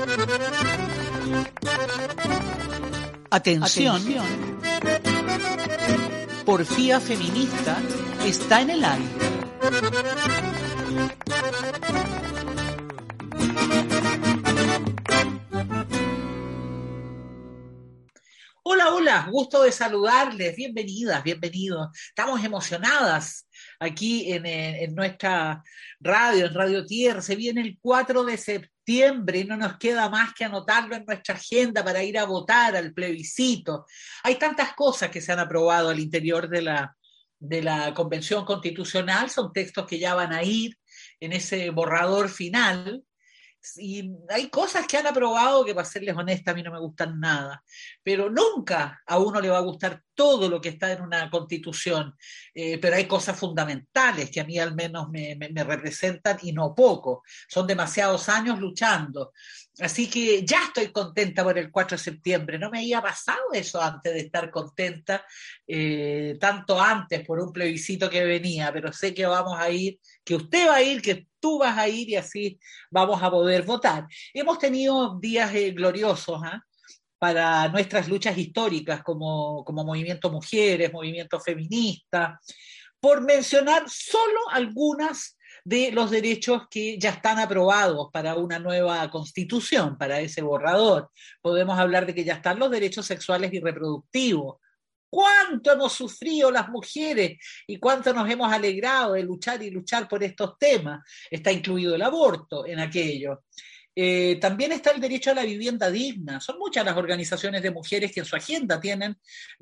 Atención. Porfía Feminista está en el aire. Hola, gusto de saludarles, bienvenidas, bienvenidos. Estamos emocionadas aquí en nuestra radio, en Radio Tierra. Se viene el 4 de septiembre y no nos queda más que anotarlo en nuestra agenda para ir a votar al plebiscito. Hay tantas cosas que se han aprobado al interior de la Convención Constitucional, son textos que ya van a ir en ese borrador final. Y hay cosas que han aprobado que, para serles honesta, a mí no me gustan nada, pero nunca a uno le va a gustar todo lo que está en una constitución, pero hay cosas fundamentales que a mí al menos me representan y no poco, son demasiados años luchando, así que ya estoy contenta por el 4 de septiembre, no me había pasado eso antes de estar contenta, tanto antes por un plebiscito que venía, pero sé que vamos a ir, que usted va a ir, que tú vas a ir y así vamos a poder votar. Hemos tenido días gloriosos para nuestras luchas históricas como movimiento mujeres, movimiento feminista, por mencionar solo algunas de los derechos que ya están aprobados para una nueva constitución, para ese borrador. Podemos hablar de que ya están los derechos sexuales y reproductivos. ¿Cuánto hemos sufrido las mujeres y cuánto nos hemos alegrado de luchar y luchar por estos temas? Está incluido el aborto en aquello. También está el derecho a la vivienda digna. Son muchas las organizaciones de mujeres que en su agenda tienen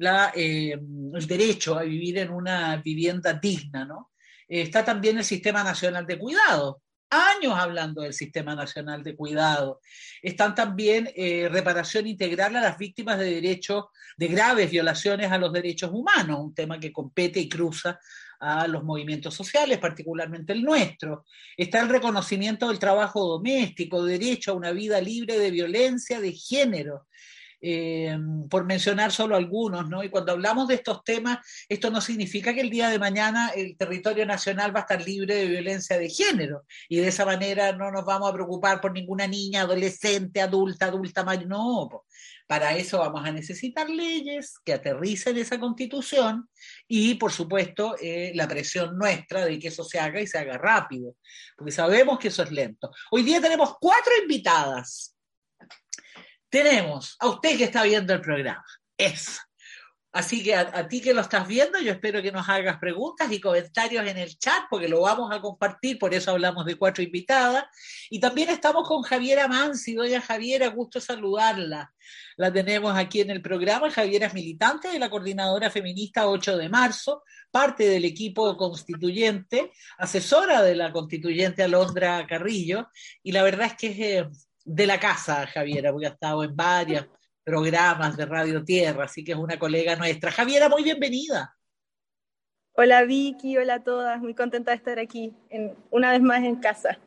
el derecho a vivir en una vivienda digna, ¿no? Está también el Sistema Nacional de Cuidado. Años hablando del Sistema Nacional de Cuidado. Están también reparación integral a las víctimas de derechos, de graves violaciones a los derechos humanos, un tema que compete y cruza a los movimientos sociales, particularmente el nuestro. Está el reconocimiento del trabajo doméstico, derecho a una vida libre de violencia de género, por mencionar solo algunos, ¿no? Y cuando hablamos de estos temas, esto no significa que el día de mañana el territorio nacional va a estar libre de violencia de género, y de esa manera no nos vamos a preocupar por ninguna niña, adolescente, adulta mayor, no. Para eso vamos a necesitar leyes que aterricen esa constitución y, por supuesto, la presión nuestra de que eso se haga y se haga rápido, porque sabemos que eso es lento. Hoy día tenemos 4 invitadas. Tenemos a usted que está viendo el programa, eso. Así que a ti que lo estás viendo, yo espero que nos hagas preguntas y comentarios en el chat, porque lo vamos a compartir, por eso hablamos de 4 invitadas. Y también estamos con Javiera Mansi. Doña Javiera, gusto saludarla. La tenemos aquí en el programa. Javiera es militante de la Coordinadora Feminista 8 de marzo, parte del equipo constituyente, asesora de la constituyente Alondra Carrillo, y la verdad es que es de la casa, Javiera, porque ha estado en varios programas de Radio Tierra, así que es una colega nuestra. Javiera, muy bienvenida. Hola Vicky, hola a todas, muy contenta de estar aquí, una vez más en casa.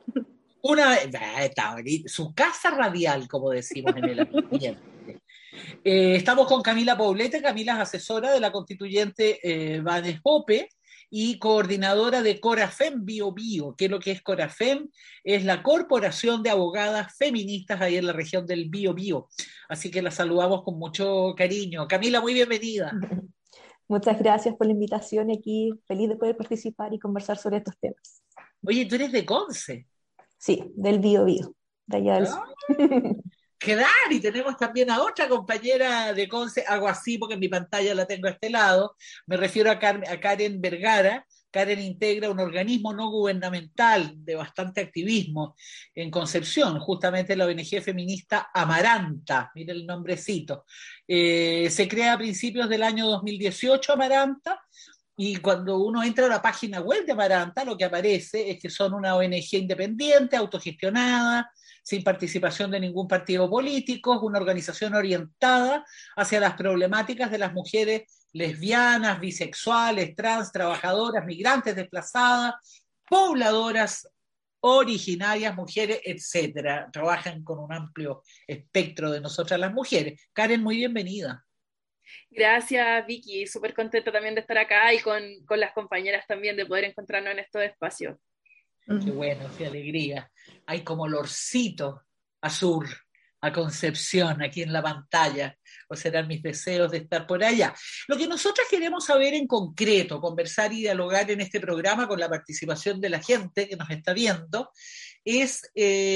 Su casa radial, como decimos en el ambiente. Estamos con Camila Poblete. Camila es asesora de la constituyente Vane Jope y coordinadora de Corafem Bio Bio. ¿Qué es lo que es Corafem? Es la Corporación de Abogadas Feministas ahí en la región del Bio Bio. Así que la saludamos con mucho cariño. Camila, muy bienvenida. Muchas gracias por la invitación, aquí feliz de poder participar y conversar sobre estos temas. Oye, ¿tú eres de Conce? Sí, del Bio Bio, de allá del sur. Claro, y tenemos también a otra compañera de Conce, hago así porque en mi pantalla la tengo a este lado, me refiero a Karen Vergara. Karen integra un organismo no gubernamental de bastante activismo en Concepción, justamente la ONG feminista Amaranta, mire el nombrecito. Se crea a principios del año 2018 Amaranta, y cuando uno entra a la página web de Amaranta, lo que aparece es que son una ONG independiente, autogestionada, sin participación de ningún partido político, es una organización orientada hacia las problemáticas de las mujeres lesbianas, bisexuales, trans, trabajadoras, migrantes desplazadas, pobladoras originarias, mujeres, etcétera. Trabajan con un amplio espectro de nosotras las mujeres. Karen, muy bienvenida. Gracias, Vicky. Súper contenta también de estar acá y con las compañeras también de poder encontrarnos en estos espacios. Qué bueno, qué alegría. Hay como olorcito azul a Concepción, aquí en la pantalla, o serán mis deseos de estar por allá. Lo que nosotros queremos saber en concreto, conversar y dialogar en este programa con la participación de la gente que nos está viendo, es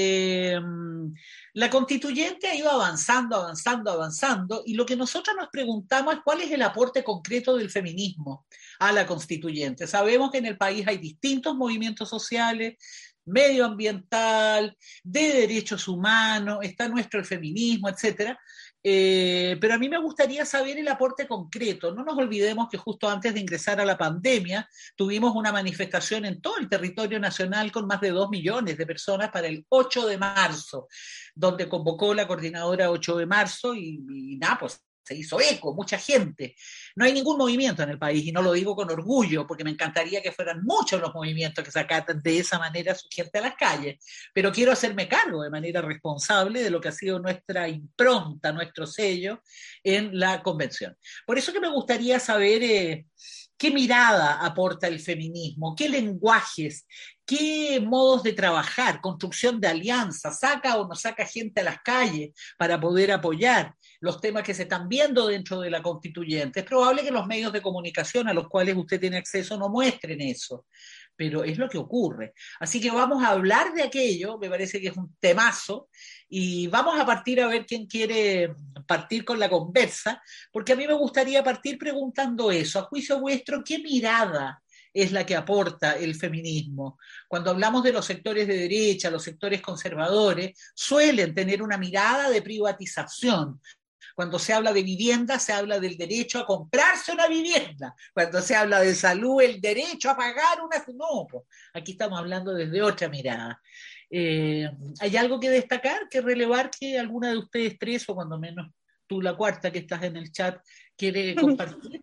la constituyente ha ido avanzando, avanzando, avanzando, y lo que nosotros nos preguntamos es cuál es el aporte concreto del feminismo a la constituyente. Sabemos que en el país hay distintos movimientos sociales, medioambiental, de derechos humanos, está nuestro el feminismo, etcétera. Pero a mí me gustaría saber el aporte concreto. No nos olvidemos que justo antes de ingresar a la pandemia tuvimos una manifestación en todo el territorio nacional con más de 2 millones de personas para el 8 de marzo, donde convocó la coordinadora 8 de marzo y nada, pues se hizo eco, mucha gente. No hay ningún movimiento en el país, y no lo digo con orgullo, porque me encantaría que fueran muchos los movimientos que sacaran de esa manera a su gente a las calles, pero quiero hacerme cargo de manera responsable de lo que ha sido nuestra impronta, nuestro sello en la convención. Por eso que me gustaría saber qué mirada aporta el feminismo, qué lenguajes, qué modos de trabajar, construcción de alianzas, saca o no saca gente a las calles para poder apoyar los temas que se están viendo dentro de la constituyente. Es probable que los medios de comunicación a los cuales usted tiene acceso no muestren eso, pero es lo que ocurre. Así que vamos a hablar de aquello, me parece que es un temazo, y vamos a partir a ver quién quiere partir con la conversa, porque a mí me gustaría partir preguntando eso, a juicio vuestro, ¿qué mirada es la que aporta el feminismo? Cuando hablamos de los sectores de derecha, los sectores conservadores, suelen tener una mirada de privatización. Cuando se habla de vivienda, se habla del derecho a comprarse una vivienda. Cuando se habla de salud, el derecho a pagar una... No, pues, aquí estamos hablando desde otra mirada. ¿Hay algo que destacar, que relevar, que alguna de ustedes tres, o cuando menos tú la cuarta que estás en el chat, quiere compartir?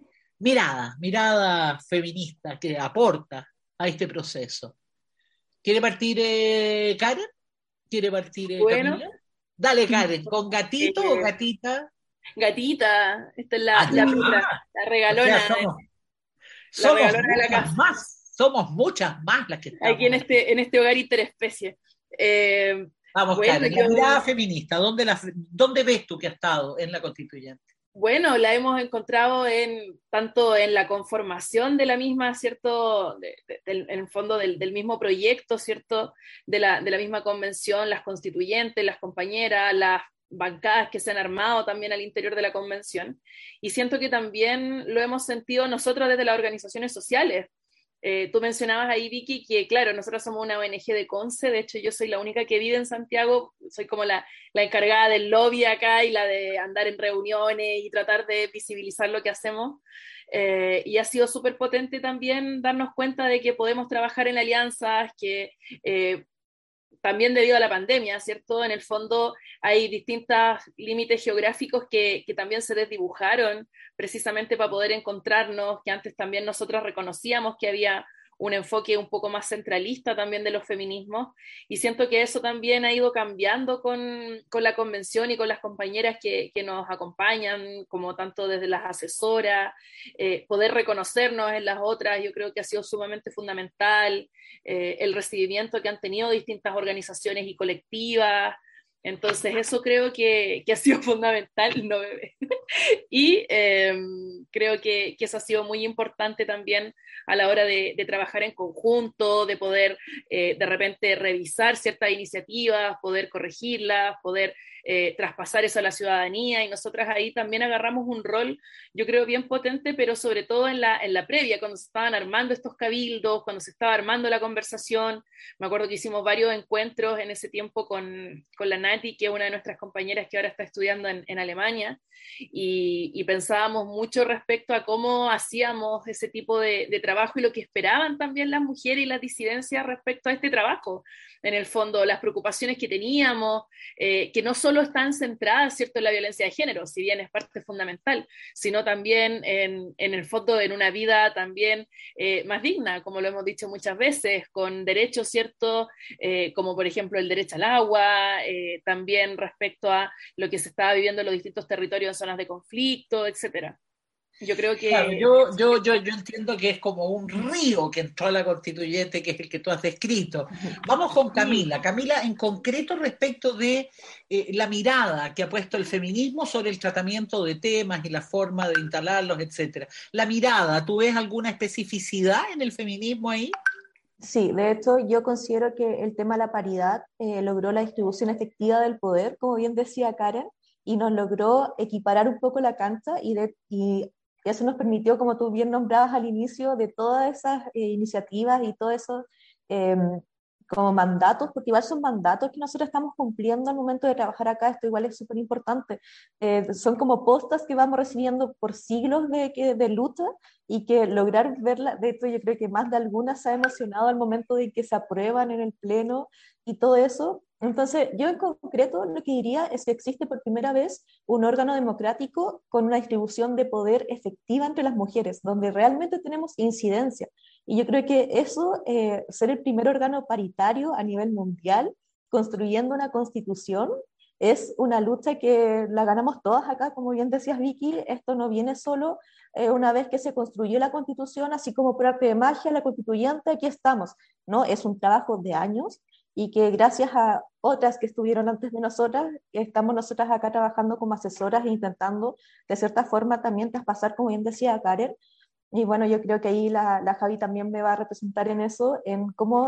Mirada feminista que aporta a este proceso. ¿Quiere partir Karen? ¿Quiere partir Bueno, Camila? Dale, Karen, ¿con gatito o gatita? gatita, esta es Ah, la Petra, la o sea, regalona, la somos regalona de la casa, somos muchas más las que aquí estamos aquí. en este hogar interespecie. Vamos, Bueno, Karen, la mirada feminista, ¿dónde ves tú que ha estado en la constituyente? bueno, la hemos encontrado tanto en la conformación de la misma, ¿cierto? En el fondo del mismo proyecto, ¿cierto? De la misma convención, las constituyentes, las compañeras, las bancadas que se han armado también al interior de la convención. Y siento que también lo hemos sentido nosotros desde las organizaciones sociales. Tú mencionabas ahí, Vicky, que claro, nosotros somos una ONG de Conce, de hecho yo soy la única que vive en Santiago, soy como la encargada del lobby acá y la de andar en reuniones y tratar de visibilizar lo que hacemos. Y ha sido súper potente también darnos cuenta de que podemos trabajar en alianzas, que también debido a la pandemia, ¿cierto? En el fondo hay distintos límites geográficos que también se desdibujaron precisamente para poder encontrarnos, que antes también nosotros reconocíamos que había un enfoque un poco más centralista también de los feminismos, y siento que eso también ha ido cambiando con la convención y con las compañeras que nos acompañan, como tanto desde las asesoras, poder reconocernos en las otras, yo creo que ha sido sumamente fundamental, el recibimiento que han tenido distintas organizaciones y colectivas. Entonces eso creo que ha sido fundamental, no bebé. Y creo que eso ha sido muy importante también a la hora de trabajar en conjunto, de poder de repente revisar ciertas iniciativas, poder corregirlas, poder traspasar eso a la ciudadanía, y nosotras ahí también agarramos un rol, yo creo, bien potente, pero sobre todo en la previa, cuando se estaban armando estos cabildos, cuando se estaba armando la conversación. Me acuerdo que hicimos varios encuentros en ese tiempo con la Nati, que es una de nuestras compañeras que ahora está estudiando en Alemania, y pensábamos mucho respecto a cómo hacíamos ese tipo de trabajo y lo que esperaban también las mujeres y las disidencias respecto a este trabajo. En el fondo, las preocupaciones que teníamos, que no solo están centradas, ¿cierto?, en la violencia de género, si bien es parte fundamental, sino también en el fondo en una vida también más digna, como lo hemos dicho muchas veces, con derechos, ¿cierto?, como por ejemplo el derecho al agua, también respecto a lo que se estaba viviendo en los distintos territorios en zonas de conflicto, etcétera. Yo creo Claro, que yo entiendo que es como un río que entró a la constituyente, que es el que tú has descrito. Vamos con sí. Camila. Camila, en concreto respecto de la mirada que ha puesto el feminismo sobre el tratamiento de temas y la forma de instalarlos, etcétera. La mirada, ¿tú ves alguna especificidad en el feminismo ahí? Sí, de hecho yo considero que el tema de la paridad logró la distribución efectiva del poder, como bien decía Karen, y nos logró equiparar un poco la cancha y eso nos permitió, como tú bien nombrabas al inicio, de todas esas iniciativas y todos esos eh, como mandatos, porque igual son mandatos que nosotros estamos cumpliendo al momento de trabajar acá, esto igual es súper importante. Son como postas que vamos recibiendo por siglos de lucha y que lograr verla, de hecho yo creo que más de alguna se ha emocionado al momento de que se aprueban en el Pleno y todo eso. Entonces, yo en concreto lo que diría es que existe por primera vez un órgano democrático con una distribución de poder efectiva entre las mujeres, donde realmente tenemos incidencia. Y yo creo que eso, ser el primer órgano paritario a nivel mundial, construyendo una constitución, es una lucha que la ganamos todas acá, como bien decías Vicky, esto no viene solo una vez que se construyó la constitución, así como por arte de magia, la constituyente, aquí estamos, ¿no? Es un trabajo de años y que gracias a otras que estuvieron antes de nosotras, estamos nosotras acá trabajando como asesoras e intentando de cierta forma también traspasar, como bien decía Karen, y bueno, yo creo que ahí la Javi también me va a representar en eso, en cómo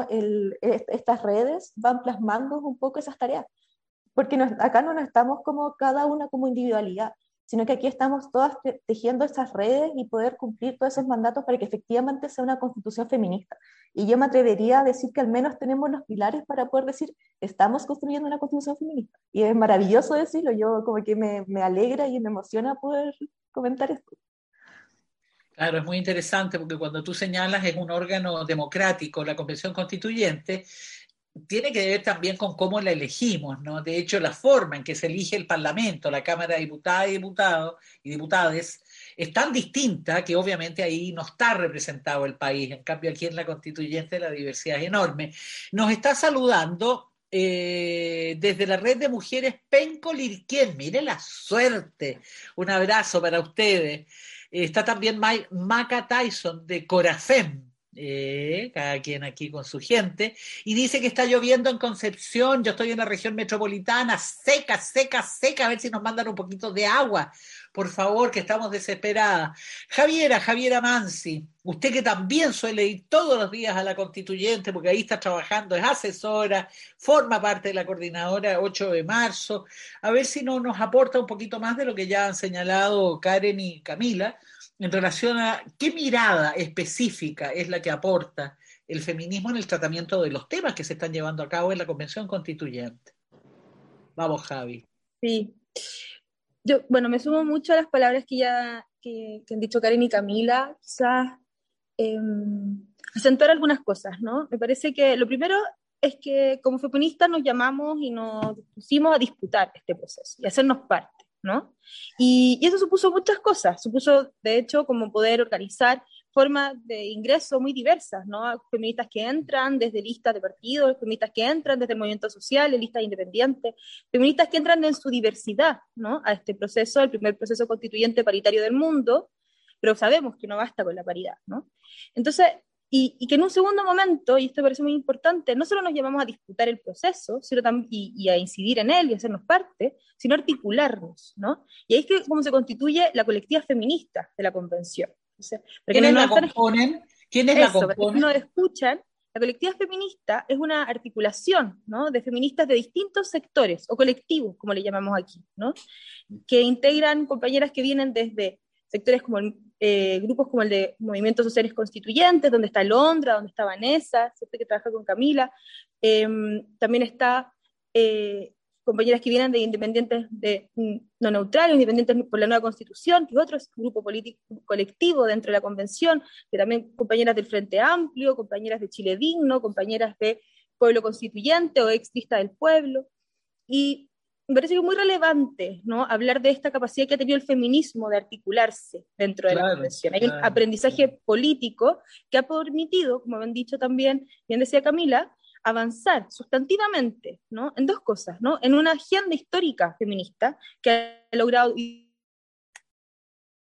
estas redes van plasmando un poco esas tareas porque acá no nos estamos como cada una como individualidad, sino que aquí estamos todas tejiendo esas redes y poder cumplir todos esos mandatos para que efectivamente sea una constitución feminista. Y yo me atrevería a decir que al menos tenemos los pilares para poder decir, estamos construyendo una constitución feminista. Y es maravilloso decirlo, yo como que me alegra y me emociona poder comentar esto. Claro, es muy interesante porque cuando tú señalas es un órgano democrático, la Convención Constituyente, tiene que ver también con cómo la elegimos, ¿no? De hecho, la forma en que se elige el Parlamento, la Cámara de Diputadas y Diputados y Diputades, es tan distinta que obviamente ahí no está representado el país. En cambio, aquí en la Constituyente la diversidad es enorme. Nos está saludando desde la red de mujeres Penco Lirquien. Mire la suerte. Un abrazo para ustedes. Está también Maca Tyson de Corafem. Cada quien aquí con su gente, y dice que está lloviendo en Concepción, yo estoy en la región metropolitana, seca, seca, seca, a ver si nos mandan un poquito de agua, por favor, que estamos desesperadas. Javiera Mansi, usted que también suele ir todos los días a la Constituyente, porque ahí está trabajando, es asesora, forma parte de la coordinadora 8 de marzo, a ver si no nos aporta un poquito más de lo que ya han señalado Karen y Camila, en relación a qué mirada específica es la que aporta el feminismo en el tratamiento de los temas que se están llevando a cabo en la Convención Constituyente. Vamos, Javi. Sí, yo, bueno, me sumo mucho a las palabras que han dicho Karen y Camila, quizás eh, acentuar algunas cosas, ¿no? Me parece que lo primero es que como feministas nos llamamos y nos pusimos a disputar este proceso y hacernos parte, ¿no? Y eso supuso muchas cosas, supuso de hecho como poder organizar formas de ingreso muy diversas, ¿no? Feministas que entran desde listas de partidos, feministas que entran desde movimientos sociales, listas independientes, feministas que entran en su diversidad, ¿no? A este proceso, el primer proceso constituyente paritario del mundo, pero sabemos que no basta con la paridad, ¿no? Entonces, y que en un segundo momento, y esto me parece muy importante, no solo nos llamamos a disputar el proceso sino y a incidir en él y hacernos parte, sino articularnos, ¿no? Y ahí es que como se constituye la colectiva feminista de la convención. Entonces, ¿Quiénes la componen? ¿Quiénes la eso, para componen? quienes nos escuchan, la colectiva feminista es una articulación, ¿no? De feministas de distintos sectores o colectivos, como le llamamos aquí, ¿no? Que integran compañeras que vienen desde sectores como grupos como el de Movimientos Sociales Constituyentes, donde está Londra, donde está Vanessa, ¿cierto? Que trabaja con Camila. También está compañeras que vienen de independientes no neutrales, independientes por la nueva constitución, que es otro grupo político colectivo dentro de la convención, que también compañeras del Frente Amplio, compañeras de Chile Digno, compañeras de Pueblo Constituyente o ex lista del pueblo. Y me parece que es muy relevante, ¿no? Hablar de esta capacidad que ha tenido el feminismo de articularse dentro de la convención. Hay un aprendizaje político que ha permitido, como han dicho también, bien decía Camila, avanzar sustantivamente, ¿no? En dos cosas, ¿no? En una agenda histórica feminista que ha logrado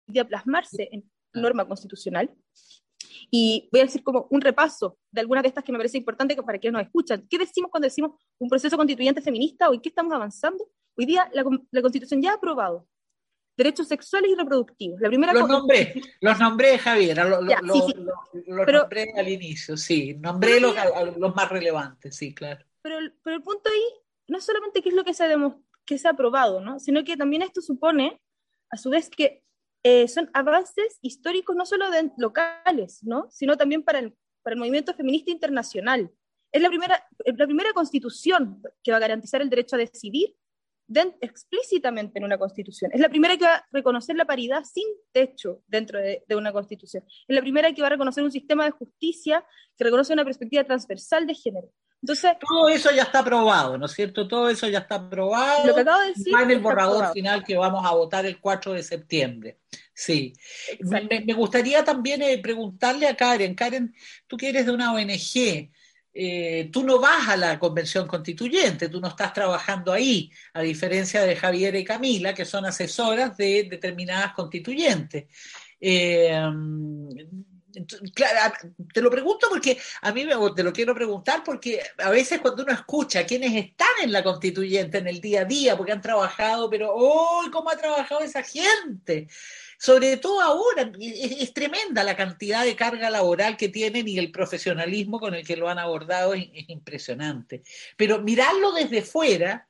día plasmarse en norma constitucional. Y voy a decir como un repaso de algunas de estas que me parece importante para quienes nos escuchan. ¿Qué decimos cuando decimos un proceso constituyente feminista o en qué estamos avanzando? Hoy día la Constitución ya ha aprobado derechos sexuales y reproductivos. La primera los nombré, Javiera, los pero, nombré al inicio, sí, nombré los más relevantes, sí, claro. Pero el punto ahí no es solamente qué es lo que se ha aprobado, ¿no? Sino que también esto supone, a su vez, que son avances históricos no solo locales, ¿no? Sino también para el movimiento feminista internacional. Es la primera constitución que va a garantizar el derecho a decidir explícitamente en una constitución. Es la primera que va a reconocer la paridad sin techo dentro de una constitución. Es la primera que va a reconocer un sistema de justicia que reconoce una perspectiva transversal de género. Entonces, todo eso ya está aprobado, ¿no es cierto? Todo eso ya está aprobado. Lo que acabo de decir va en el borrador final que vamos a votar el 4 de septiembre. Sí. Me gustaría también preguntarle a Karen. Karen, tú que eres de una ONG, tú no vas a la convención constituyente, tú no estás trabajando ahí, a diferencia de Javier y Camila, que son asesoras de determinadas constituyentes. Claro, te lo pregunto porque te lo quiero preguntar porque a veces cuando uno escucha a quienes están en la constituyente en el día a día, porque han trabajado, pero ¡oh! ¿Cómo ha trabajado esa gente? Sobre todo ahora, es tremenda la cantidad de carga laboral que tienen y el profesionalismo con el que lo han abordado es impresionante. Pero mirarlo desde fuera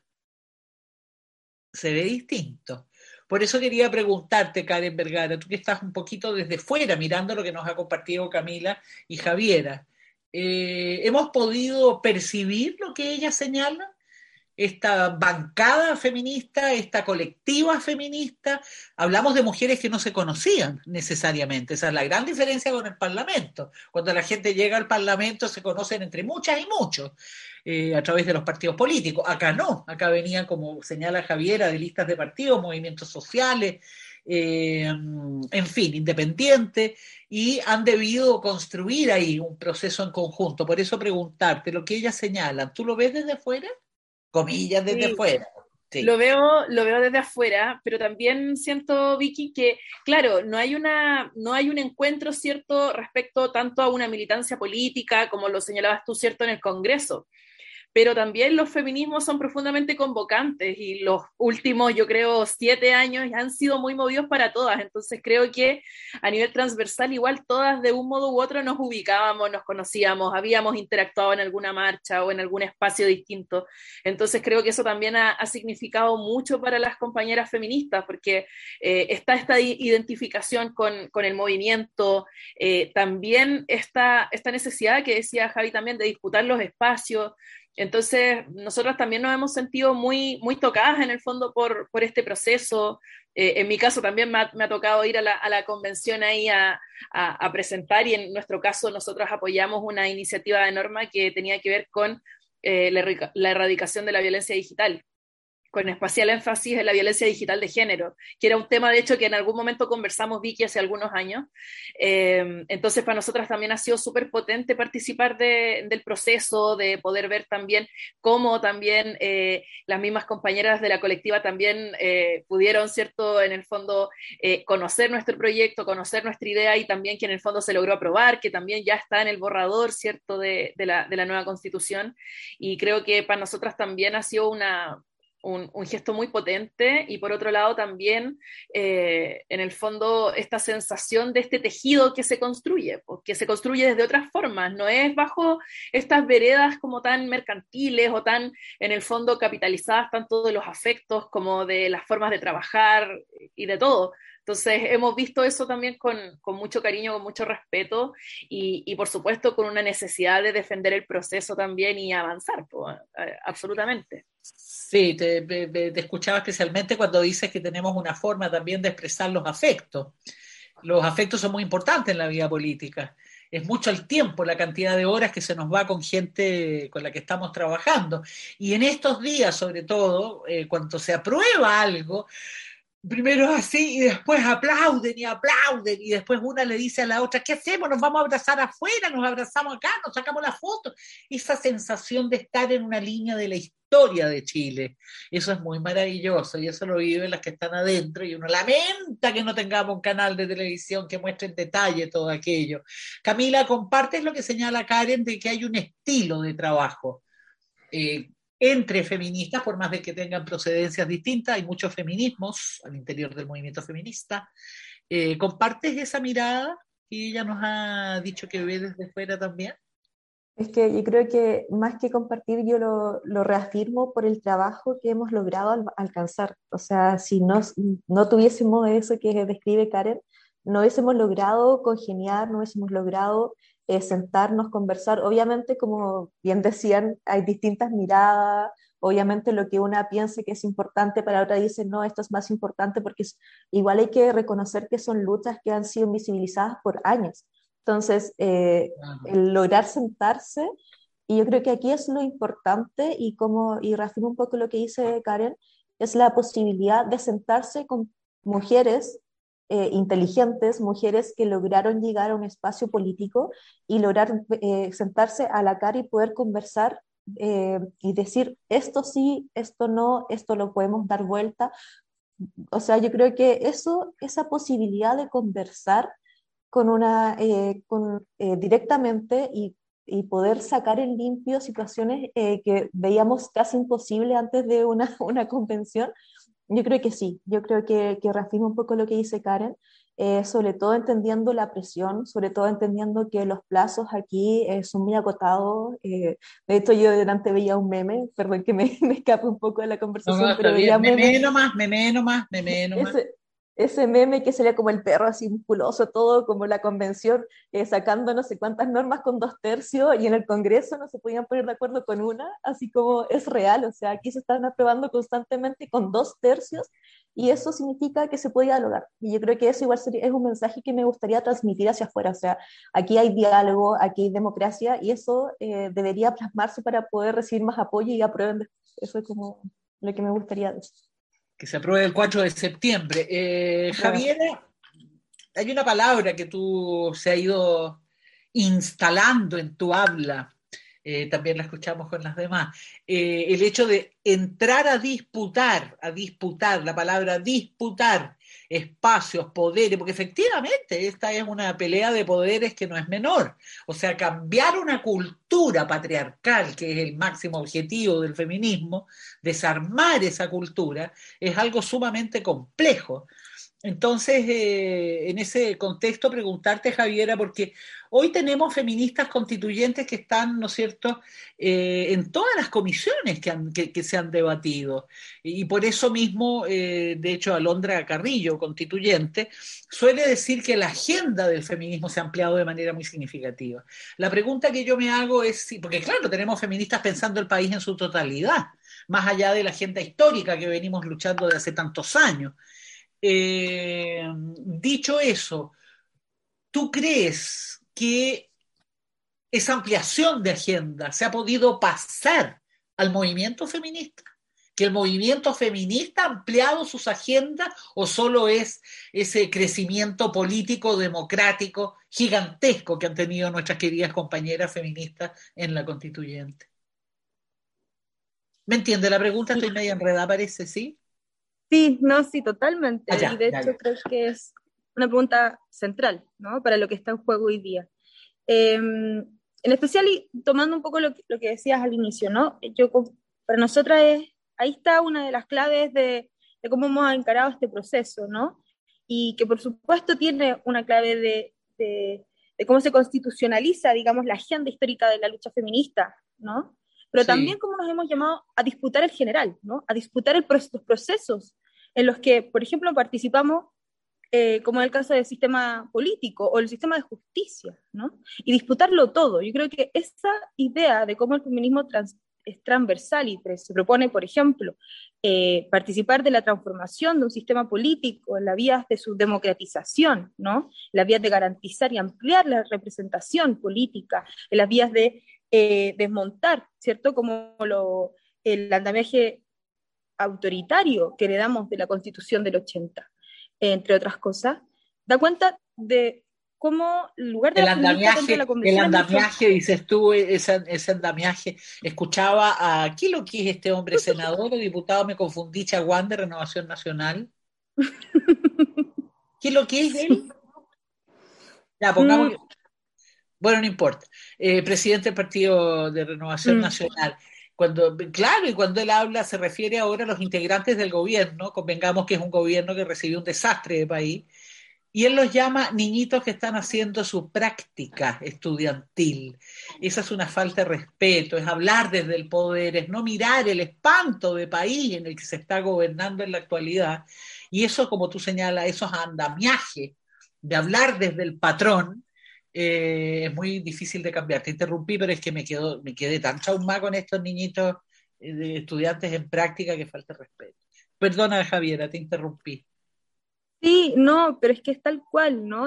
se ve distinto. Por eso quería preguntarte, Karen Vergara, tú que estás un poquito desde fuera mirando lo que nos ha compartido Camila y Javiera, ¿hemos podido percibir lo que ellas señalan? Esta bancada feminista, esta colectiva feminista, hablamos de mujeres que no se conocían necesariamente, esa es la gran diferencia con el Parlamento. Cuando la gente llega al Parlamento se conocen entre muchas y muchos, a través de los partidos políticos. Acá no, acá venían, como señala Javiera, de listas de partidos, movimientos sociales, en fin, independientes, y han debido construir ahí un proceso en conjunto. Por eso preguntarte, lo que ellas señalan, ¿tú lo ves desde fuera? Comillas desde fuera. Sí. Lo veo desde afuera, pero también siento, Vicky, que, claro, no hay un encuentro, ¿cierto?, respecto tanto a una militancia política, como lo señalabas tú, ¿cierto?, en el Congreso. Pero también los feminismos son profundamente convocantes y los últimos, yo creo, 7 años han sido muy movidos para todas. Entonces creo que a nivel transversal igual todas de un modo u otro nos ubicábamos, nos conocíamos, habíamos interactuado en alguna marcha o en algún espacio distinto. Entonces creo que eso también ha significado mucho para las compañeras feministas porque está esta identificación con el movimiento, también esta necesidad que decía Javi también de disputar los espacios. Entonces, nosotros también nos hemos sentido muy, muy tocadas en el fondo por este proceso. En mi caso también me ha tocado ir a la convención ahí a presentar, y en nuestro caso nosotros apoyamos una iniciativa de norma que tenía que ver con la erradicación de la violencia digital, con especial énfasis en la violencia digital de género, que era un tema, de hecho, que en algún momento conversamos, Vicky, hace algunos años. Entonces, para nosotras también ha sido súper potente participar del proceso, de poder ver también cómo también las mismas compañeras de la colectiva también pudieron, ¿cierto?, en el fondo conocer nuestro proyecto, conocer nuestra idea, y también que en el fondo se logró aprobar, que también ya está en el borrador, ¿cierto?, de la nueva Constitución. Y creo que para nosotras también ha sido un gesto muy potente, y por otro lado también en el fondo esta sensación de este tejido que se construye desde otras formas, no es bajo estas veredas como tan mercantiles o tan en el fondo capitalizadas tanto de los afectos como de las formas de trabajar y de todo. Entonces hemos visto eso también con mucho cariño, con mucho respeto, y por supuesto con una necesidad de defender el proceso también y avanzar, pues, absolutamente. Sí, te escuchaba especialmente cuando dices que tenemos una forma también de expresar los afectos. Los afectos son muy importantes en la vida política. Es mucho el tiempo, la cantidad de horas que se nos va con gente con la que estamos trabajando. Y en estos días, sobre todo, cuando se aprueba algo, primero así y después aplauden, y después una le dice a la otra, ¿qué hacemos? ¿Nos vamos a abrazar afuera? ¿Nos abrazamos acá? ¿Nos sacamos la foto? Esa sensación de estar en una línea de la historia historia de Chile. Eso es muy maravilloso y eso lo viven las que están adentro y uno lamenta que no tengamos un canal de televisión que muestre en detalle todo aquello. Camila, ¿compartes lo que señala Karen de que hay un estilo de trabajo entre feministas, por más de que tengan procedencias distintas? Hay muchos feminismos al interior del movimiento feminista. ¿Compartes esa mirada que ella nos ha dicho que ve desde fuera también? Es que yo creo que más que compartir, yo lo reafirmo por el trabajo que hemos logrado alcanzar. O sea, si no tuviésemos eso que describe Karen, no hubiésemos logrado congeniar, no hubiésemos logrado sentarnos, conversar. Obviamente, como bien decían, hay distintas miradas. Obviamente lo que una piensa que es importante, para otra dice, no, esto es más importante, porque igual hay que reconocer que son luchas que han sido invisibilizadas por años. Entonces, el lograr sentarse, y yo creo que aquí es lo importante, y reafirmo un poco lo que dice Karen, es la posibilidad de sentarse con mujeres inteligentes, mujeres que lograron llegar a un espacio político y lograr sentarse a la cara y poder conversar y decir, esto sí, esto no, esto lo podemos dar vuelta. O sea, yo creo que esa posibilidad de conversar directamente y poder sacar en limpio situaciones que veíamos casi imposible antes de una convención, yo creo que sí, yo creo que reafirma un poco lo que dice Karen, sobre todo entendiendo la presión, sobre todo entendiendo que los plazos aquí son muy acotados. De hecho, yo delante veía un meme, perdón que me escape un poco de la conversación, No, pero está veía bien. un meme. Meme nomás. Ese meme que sería como el perro así musculoso, todo como la convención, sacando no sé cuántas normas con 2/3 y en el Congreso no se podían poner de acuerdo con una, así como es real, o sea, aquí se están aprobando constantemente con 2/3 y eso significa que se puede dialogar. Y yo creo que eso igual es un mensaje que me gustaría transmitir hacia afuera, o sea, aquí hay diálogo, aquí hay democracia y eso debería plasmarse para poder recibir más apoyo y aprueben. Eso es como lo que me gustaría decir. Que se apruebe el 4 de septiembre. Javiera, hay una palabra que tú se ha ido instalando en tu habla, también la escuchamos con las demás, el hecho de entrar a disputar, la palabra disputar espacios, poderes, porque efectivamente esta es una pelea de poderes que no es menor, o sea, cambiar una cultura patriarcal, que es el máximo objetivo del feminismo, desarmar esa cultura, es algo sumamente complejo. Entonces, en ese contexto, preguntarte, Javiera, porque hoy tenemos feministas constituyentes que están, ¿no es cierto?, en todas las comisiones que se han debatido. Y por eso mismo, de hecho, Alondra Carrillo, constituyente, suele decir que la agenda del feminismo se ha ampliado de manera muy significativa. La pregunta que yo me hago es, porque claro, tenemos feministas pensando el país en su totalidad, más allá de la agenda histórica que venimos luchando de hace tantos años. Dicho eso, ¿tú crees que esa ampliación de agenda se ha podido pasar al movimiento feminista? ¿Que el movimiento feminista ha ampliado sus agendas o solo es ese crecimiento político, democrático, gigantesco que han tenido nuestras queridas compañeras feministas en la constituyente? ¿Me entiende la pregunta? Estoy media enredada, parece, ¿sí? Sí, no, sí, totalmente. Ya, Y de hecho creo que es una pregunta central, ¿no?, para lo que está en juego hoy día. En especial, y tomando un poco lo que decías al inicio, ¿no? Para nosotras ahí está una de las claves de cómo hemos encarado este proceso, ¿no? Y que por supuesto tiene una clave de cómo se constitucionaliza, digamos, la agenda histórica de la lucha feminista, ¿no? Pero también cómo nos hemos llamado a disputar el general, ¿no? A disputar los procesos en los que, por ejemplo, participamos, como en el caso del sistema político o el sistema de justicia, ¿no? Y disputarlo todo. Yo creo que esa idea de cómo el feminismo es transversal y se propone, por ejemplo, participar de la transformación de un sistema político en las vías de su democratización, ¿no? En las vías de garantizar y ampliar la representación política, en las vías de desmontar, ¿cierto? Como el andamiaje autoritario que heredamos de la Constitución del 80, entre otras cosas, da cuenta de como lugar de El la feminista dentro de la andamiaje, convención. dices tú, ese andamiaje, escuchaba a, ¿qué es lo que es este hombre, senador o diputado? Me confundí, Chaguán de Renovación Nacional. ¿Qué es lo que es él? Ya, pongamos que, bueno, no importa. Presidente del Partido de Renovación Nacional. Claro, y cuando él habla se refiere ahora a los integrantes del gobierno, convengamos que es un gobierno que recibió un desastre de país, y él los llama niñitos que están haciendo su práctica estudiantil. Esa es una falta de respeto, es hablar desde el poder, es no mirar el espanto de país en el que se está gobernando en la actualidad. Y eso, como tú señalas, esos andamiajes de hablar desde el patrón, es muy difícil de cambiar. Te interrumpí, pero es que me quedé tan traumada con estos niñitos de estudiantes en práctica que falta de respeto. Perdona, Javiera, te interrumpí. Sí, no, pero es que es tal cual, ¿no?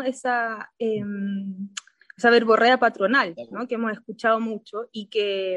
Esa verborrea patronal, ¿no? Que hemos escuchado mucho y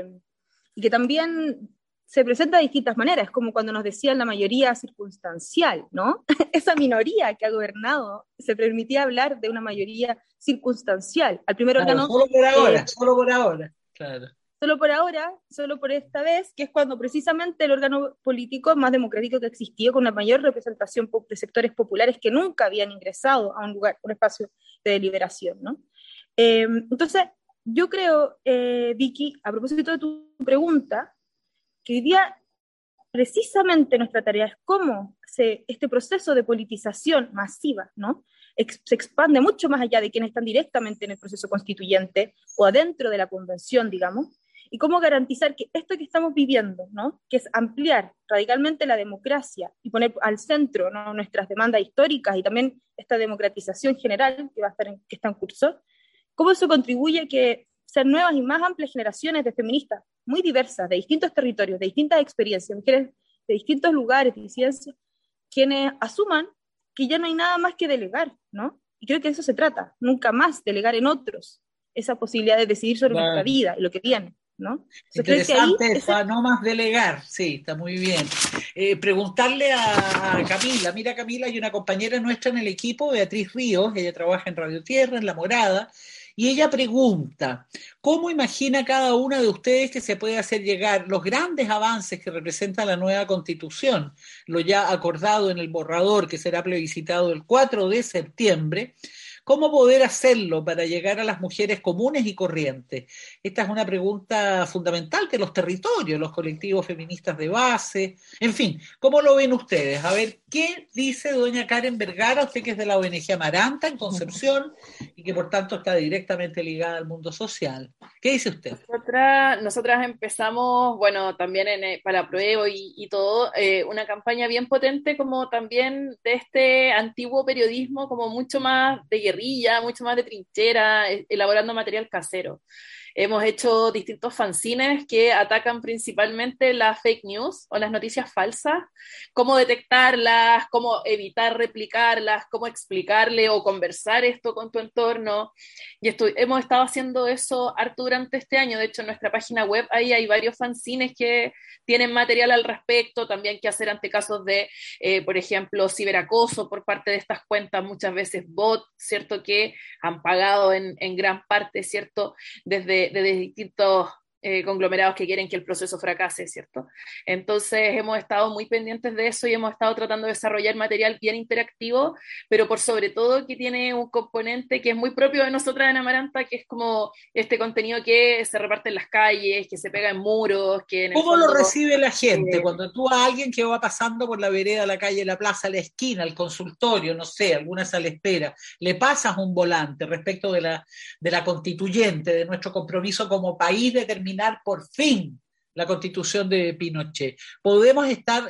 que también se presenta de distintas maneras, como cuando nos decían la mayoría circunstancial, ¿no? Esa minoría que ha gobernado se permitía hablar de una mayoría circunstancial. Al primer Claro, órgano... solo por ahora, claro. Solo por ahora, solo por esta vez, que es cuando precisamente el órgano político más democrático que existió, con una mayor representación de sectores populares que nunca habían ingresado a un lugar, un espacio de deliberación, ¿no? Entonces, yo creo, Vicky, a propósito de tu pregunta, que hoy día precisamente nuestra tarea es cómo este proceso de politización masiva, ¿no? Se expande mucho más allá de quienes están directamente en el proceso constituyente o adentro de la convención, digamos, y cómo garantizar que esto que estamos viviendo, ¿no? Que es ampliar radicalmente la democracia y poner al centro, ¿no?, nuestras demandas históricas y también esta democratización general que que está en curso, cómo eso contribuye a que sean nuevas y más amplias generaciones de feministas muy diversas, de distintos territorios, de distintas experiencias, mujeres de distintos lugares, de ciencias, quienes asuman que ya no hay nada más que delegar, ¿no? Y creo que de eso se trata, nunca más delegar en otros esa posibilidad de decidir sobre nuestra vida y lo que viene, ¿no? Entonces, interesante eso, no más delegar, sí, está muy bien. Preguntarle a Camila, mira Camila, hay una compañera nuestra en el equipo, Beatriz Ríos, ella trabaja en Radio Tierra, en La Morada, y ella pregunta, ¿cómo imagina cada una de ustedes que se puede hacer llegar los grandes avances que representa la nueva Constitución, lo ya acordado en el borrador que será plebiscitado el 4 de septiembre? ¿Cómo poder hacerlo para llegar a las mujeres comunes y corrientes? Esta es una pregunta fundamental de los territorios, los colectivos feministas de base, en fin, ¿cómo lo ven ustedes? A ver, ¿qué dice doña Karen Vergara, usted que es de la ONG Amaranta en Concepción y que por tanto está directamente ligada al mundo social? ¿Qué dice usted? Nosotras empezamos, bueno, también para Apruebo y todo, una campaña bien potente como también de este antiguo periodismo como mucho más de guerrilla, mucho más de trinchera, elaborando material casero. Hemos hecho distintos fanzines que atacan principalmente las fake news o las noticias falsas, cómo detectarlas, cómo evitar replicarlas, cómo explicarle o conversar esto con tu entorno. Y hemos estado haciendo eso harto durante este año. De hecho, en nuestra página web ahí hay varios fanzines que tienen material al respecto, también qué hacer ante casos de, por ejemplo, ciberacoso por parte de estas cuentas, muchas veces bot, ¿cierto? Que han pagado en gran parte, ¿cierto? Desde distintos conglomerados que quieren que el proceso fracase, ¿cierto? Entonces hemos estado muy pendientes de eso y hemos estado tratando de desarrollar material bien interactivo, pero por sobre todo que tiene un componente que es muy propio de nosotras en Amaranta, que es como este contenido que se reparte en las calles, que se pega en muros, que en el ¿Cómo fondo, lo recibe la gente cuando tú a alguien que va pasando por la vereda, la calle, la plaza, la esquina, el consultorio, no sé, alguna sala de espera, le pasas un volante respecto de la constituyente, de nuestro compromiso como país de terminar por fin la constitución de Pinochet? Podemos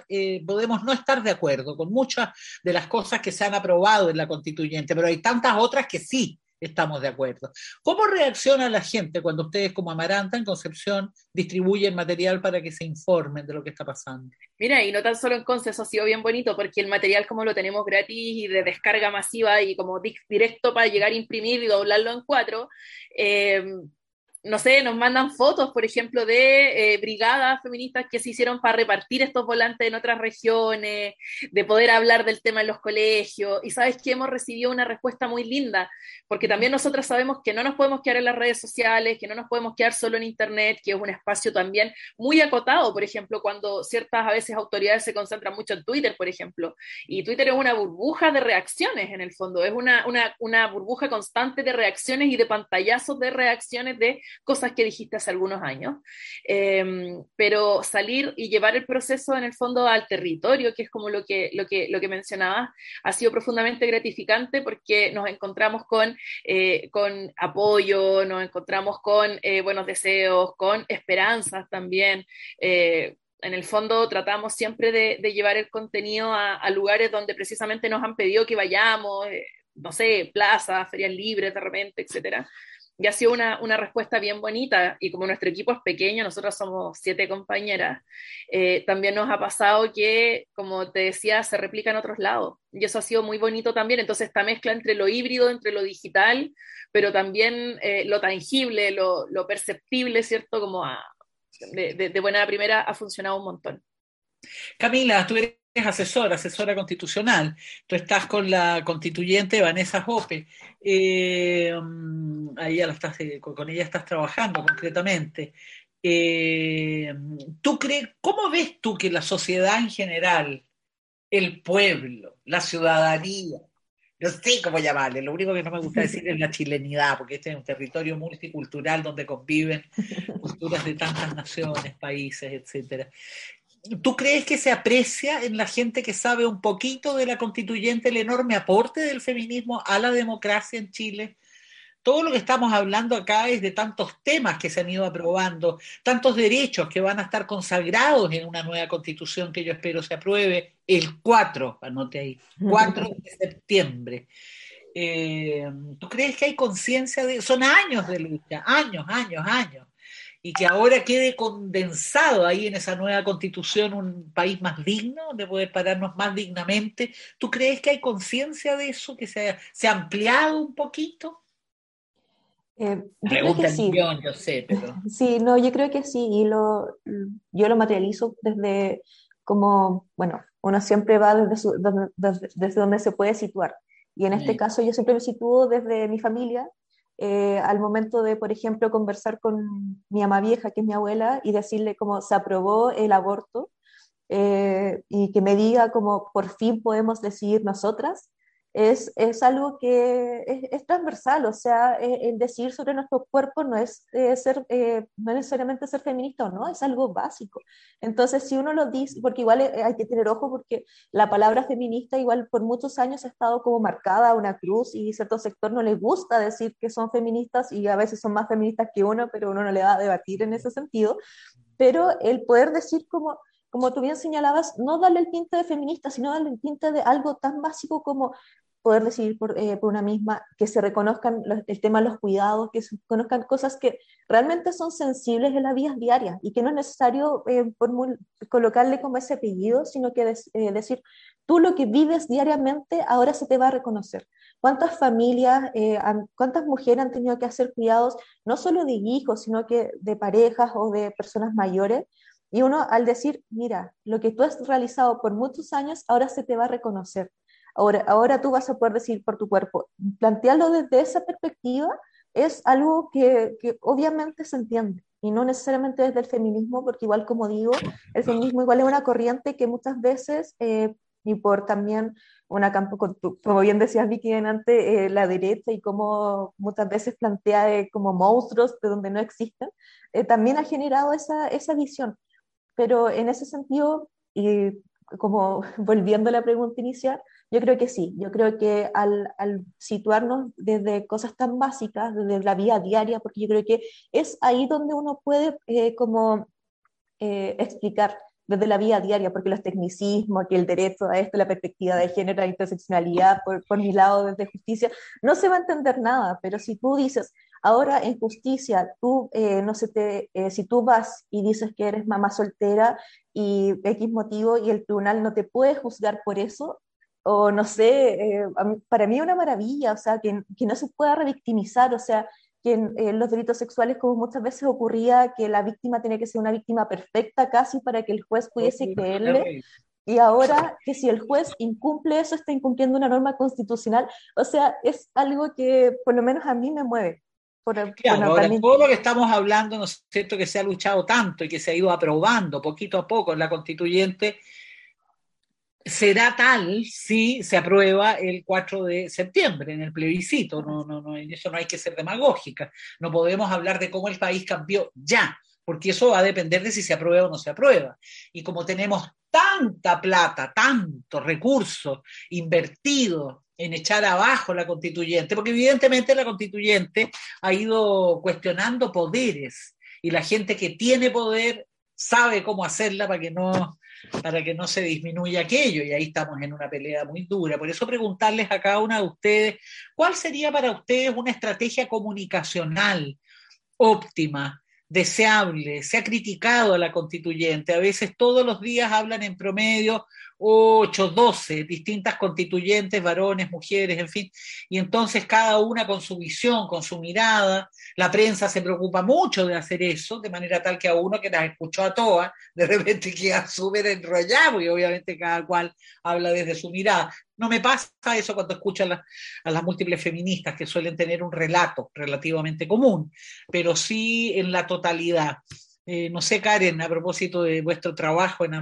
no estar de acuerdo con muchas de las cosas que se han aprobado en la constituyente, pero hay tantas otras que sí estamos de acuerdo. ¿Cómo reacciona la gente cuando ustedes como Amaranta en Concepción distribuyen material para que se informen de lo que está pasando? Mira, y no tan solo en Conce, eso ha sido bien bonito, porque el material como lo tenemos gratis y de descarga masiva y como directo para llegar a imprimir y doblarlo en 4, no sé, nos mandan fotos, por ejemplo, de brigadas feministas que se hicieron para repartir estos volantes en otras regiones, de poder hablar del tema en los colegios, y sabes que hemos recibido una respuesta muy linda, porque también nosotras sabemos que no nos podemos quedar en las redes sociales, que no nos podemos quedar solo en Internet, que es un espacio también muy acotado, por ejemplo, cuando ciertas a veces autoridades se concentran mucho en Twitter, por ejemplo, y Twitter es una burbuja de reacciones en el fondo, es una burbuja constante de reacciones y de pantallazos de reacciones de cosas que dijiste hace algunos años, pero salir y llevar el proceso en el fondo al territorio, que es como lo que mencionabas, ha sido profundamente gratificante porque nos encontramos con apoyo, nos encontramos con buenos deseos, con esperanzas también. En el fondo tratamos siempre de llevar el contenido a lugares donde precisamente nos han pedido que vayamos, no sé, plazas, ferias libres de repente, etcétera. Y ha sido una respuesta bien bonita, y como nuestro equipo es pequeño, nosotros somos 7 compañeras, también nos ha pasado que, como te decía, se replica en otros lados, y eso ha sido muy bonito también. Entonces esta mezcla entre lo híbrido, entre lo digital, pero también lo tangible, lo perceptible, ¿cierto? Como de buena primera ha funcionado un montón. Camila, tú eres asesora constitucional, tú estás con la constituyente Vanessa Hoppe, ahí ya con ella estás trabajando concretamente. ¿Cómo ves tú que la sociedad en general, el pueblo, la ciudadanía, no sé cómo llamarle, lo único que no me gusta decir es la chilenidad, porque este es un territorio multicultural donde conviven culturas de tantas naciones, países, etcétera? ¿Tú crees que se aprecia en la gente que sabe un poquito de la constituyente el enorme aporte del feminismo a la democracia en Chile? Todo lo que estamos hablando acá es de tantos temas que se han ido aprobando, tantos derechos que van a estar consagrados en una nueva constitución que yo espero se apruebe el 4, anote ahí, 4 de septiembre. ¿Tú crees que hay conciencia de...? Son años de lucha, años, y que ahora quede condensado ahí en esa nueva constitución un país más digno, donde poder pararnos más dignamente. ¿Tú crees que hay conciencia de eso, que se ha ampliado un poquito? Yo creo Pregunta que el sí. millón, yo sé, pero... Sí, no, yo creo que sí, y yo lo materializo desde como, bueno, uno siempre va desde donde se puede situar. Y en este caso yo siempre me sitúo desde mi familia, al momento de, por ejemplo, conversar con mi mamá vieja, que es mi abuela, y decirle cómo se aprobó el aborto, y que me diga cómo por fin podemos decidir nosotras. Es algo que es transversal, o sea, el decidir sobre nuestro cuerpo no es, no necesariamente ser feminista o no, es algo básico. Entonces, si uno lo dice, porque igual hay que tener ojo, porque la palabra feminista igual por muchos años ha estado como marcada una cruz, y cierto sector no les gusta decir que son feministas, y a veces son más feministas que uno, pero uno no le va a debatir en ese sentido. Pero el poder decir como tú bien señalabas, no darle el tinte de feminista, sino darle el tinte de algo tan básico como poder decidir por una misma, que se reconozcan el tema de los cuidados, que se conozcan cosas que realmente son sensibles en la vida diaria, y que no es necesario colocarle como ese apellido, sino que decir, tú lo que vives diariamente ahora se te va a reconocer. ¿Cuántas familias, cuántas mujeres han tenido que hacer cuidados, no solo de hijos, sino que de parejas o de personas mayores? Y uno al decir, mira, lo que tú has realizado por muchos años, ahora se te va a reconocer. Ahora tú vas a poder decir por tu cuerpo. Plantearlo desde esa perspectiva es algo que obviamente se entiende, y no necesariamente desde el feminismo, porque igual, como digo, el feminismo igual es una corriente que muchas veces, y por también como bien decías, Vicky, antes, la derecha, y cómo muchas veces plantea como monstruos de donde no existen, también ha generado esa visión. Pero en ese sentido, y como volviendo a la pregunta inicial, yo creo que sí, yo creo que al situarnos desde cosas tan básicas, desde la vida diaria, porque yo creo que es ahí donde uno puede explicar desde la vida diaria, porque los tecnicismos, que el derecho a esto, la perspectiva de género, la interseccionalidad, por mi lado desde justicia, no se va a entender nada. Pero si tú dices, ahora en justicia, si tú vas y dices que eres mamá soltera y X motivo, y el tribunal no te puede juzgar por eso, o no sé, para mí es una maravilla, o sea, que no se pueda revictimizar, o sea, que en los delitos sexuales, como muchas veces ocurría, que la víctima tenía que ser una víctima perfecta casi para que el juez pudiese creerle, y ahora que si el juez incumple eso, está incumpliendo una norma constitucional. O sea, es algo que por lo menos a mí me mueve. Claro, ahora todo lo que estamos hablando, ¿no es cierto?, que se ha luchado tanto y que se ha ido aprobando poquito a poco en la constituyente, será tal si se aprueba el 4 de septiembre en el plebiscito. En eso no hay que ser demagógica. No podemos hablar de cómo el país cambió ya, porque eso va a depender de si se aprueba o no se aprueba. Y como tenemos tanta plata, tantos recursos invertidos en echar abajo la constituyente, porque evidentemente la constituyente ha ido cuestionando poderes, y la gente que tiene poder sabe cómo hacerla para que no se disminuya aquello, y ahí estamos en una pelea muy dura. Por eso preguntarles a cada una de ustedes, ¿cuál sería para ustedes una estrategia comunicacional óptima, deseable? Se ha criticado a la constituyente, a veces todos los días hablan en promedio 8, 12 distintas constituyentes, varones, mujeres, en fin, y entonces cada una con su visión, con su mirada. La prensa se preocupa mucho de hacer eso, de manera tal que a uno que las escuchó a todas, de repente queda súper enrollado, y obviamente cada cual habla desde su mirada. No me pasa eso cuando escucho a las múltiples feministas, que suelen tener un relato relativamente común, pero sí en la totalidad. No sé, Karen, a propósito de vuestro trabajo en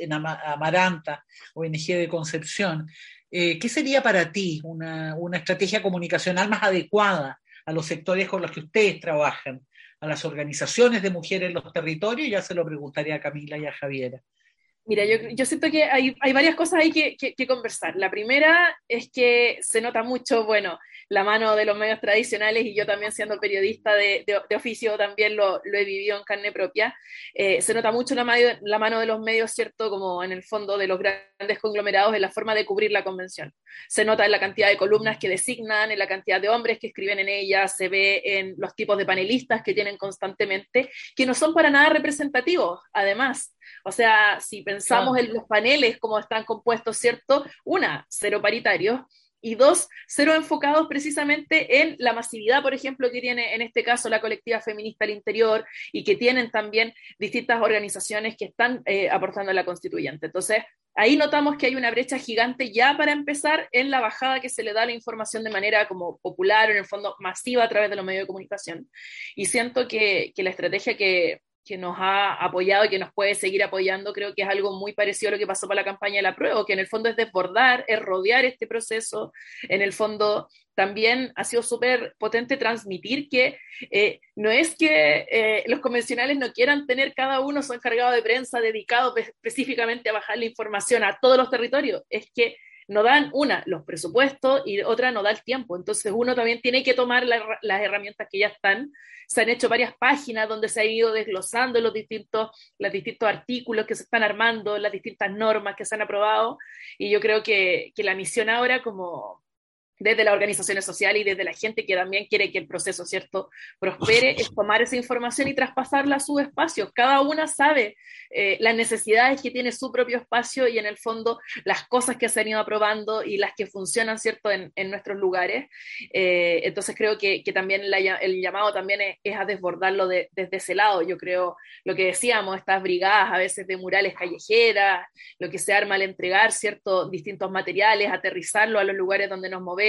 Amaranta, ONG de Concepción, ¿qué sería para ti una estrategia comunicacional más adecuada a los sectores con los que ustedes trabajan, a las organizaciones de mujeres en los territorios? Ya se lo preguntaría a Camila y a Javiera. Mira, yo siento que hay varias cosas ahí que conversar. La primera es que se nota mucho, bueno, la mano de los medios tradicionales, y yo también siendo periodista de oficio también lo he vivido en carne propia. Se nota mucho la mano de los medios, ¿cierto? Como en el fondo de los grandes conglomerados, en la forma de cubrir la convención. Se nota en la cantidad de columnas que designan, en la cantidad de hombres que escriben en ellas, se ve en los tipos de panelistas que tienen constantemente, que no son para nada representativos, además. O sea, si pensamos en los paneles, cómo están compuestos, ¿cierto? 1, 0 paritarios, y 2, 0 enfocados precisamente en la masividad, por ejemplo, que tiene en este caso la colectiva feminista al interior, y que tienen también distintas organizaciones que están aportando a la constituyente. Entonces, ahí notamos que hay una brecha gigante ya para empezar en la bajada que se le da a la información de manera como popular, en el fondo masiva, a través de los medios de comunicación. Y siento que la estrategia que nos ha apoyado y que nos puede seguir apoyando, creo que es algo muy parecido a lo que pasó para la campaña de la prueba, que en el fondo es desbordar, es rodear este proceso. En el fondo también ha sido súper potente transmitir que no es que los convencionales no quieran tener cada uno su encargado de prensa dedicado específicamente a bajar la información a todos los territorios, es que no dan, los presupuestos, y otra, no da el tiempo. Entonces uno también tiene que tomar las herramientas que ya están. Se han hecho varias páginas donde se han ido desglosando los distintos artículos que se están armando, las distintas normas que se han aprobado, y yo creo que la misión ahora, como desde las organizaciones sociales y desde la gente que también quiere que el proceso, ¿cierto?, prospere, es tomar esa información y traspasarla a sus espacios. Cada una sabe las necesidades que tiene su propio espacio, y en el fondo las cosas que se han ido aprobando y las que funcionan, ¿cierto?, en nuestros lugares. Entonces creo que también el llamado también es a desbordarlo desde ese lado. Yo creo, lo que decíamos, estas brigadas a veces de murales callejeras, lo que se arma al entregar, ¿cierto?, distintos materiales, aterrizarlo a los lugares donde nos movemos,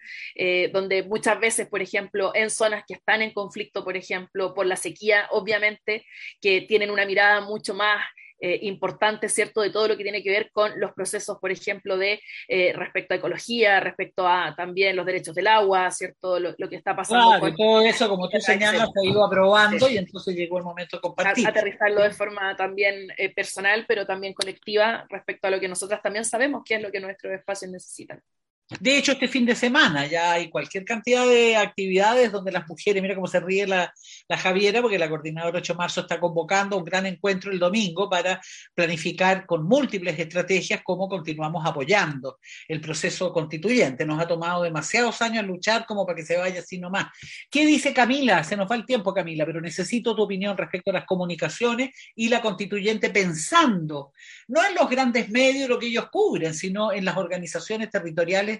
donde muchas veces, por ejemplo, en zonas que están en conflicto, por ejemplo, por la sequía, obviamente, que tienen una mirada mucho más importante, ¿cierto?, de todo lo que tiene que ver con los procesos, por ejemplo, de respecto a ecología, respecto a también los derechos del agua, ¿cierto?, lo que está pasando. Claro, y todo eso, como tú señalas, se ha ido aprobando, sí. Y entonces llegó el momento de compartir. Aterrizarlo de forma también personal, pero también colectiva, respecto a lo que nosotras también sabemos que es lo que nuestros espacios necesitan. De hecho, este fin de semana ya hay cualquier cantidad de actividades donde las mujeres, mira cómo se ríe la Javiera, porque la coordinadora 8 de marzo está convocando un gran encuentro el domingo para planificar con múltiples estrategias cómo continuamos apoyando el proceso constituyente. Nos ha tomado demasiados años luchar como para que se vaya así nomás. ¿Qué dice Camila? Se nos va el tiempo, Camila, pero necesito tu opinión respecto a las comunicaciones y la constituyente, pensando no en los grandes medios, lo que ellos cubren, sino en las organizaciones territoriales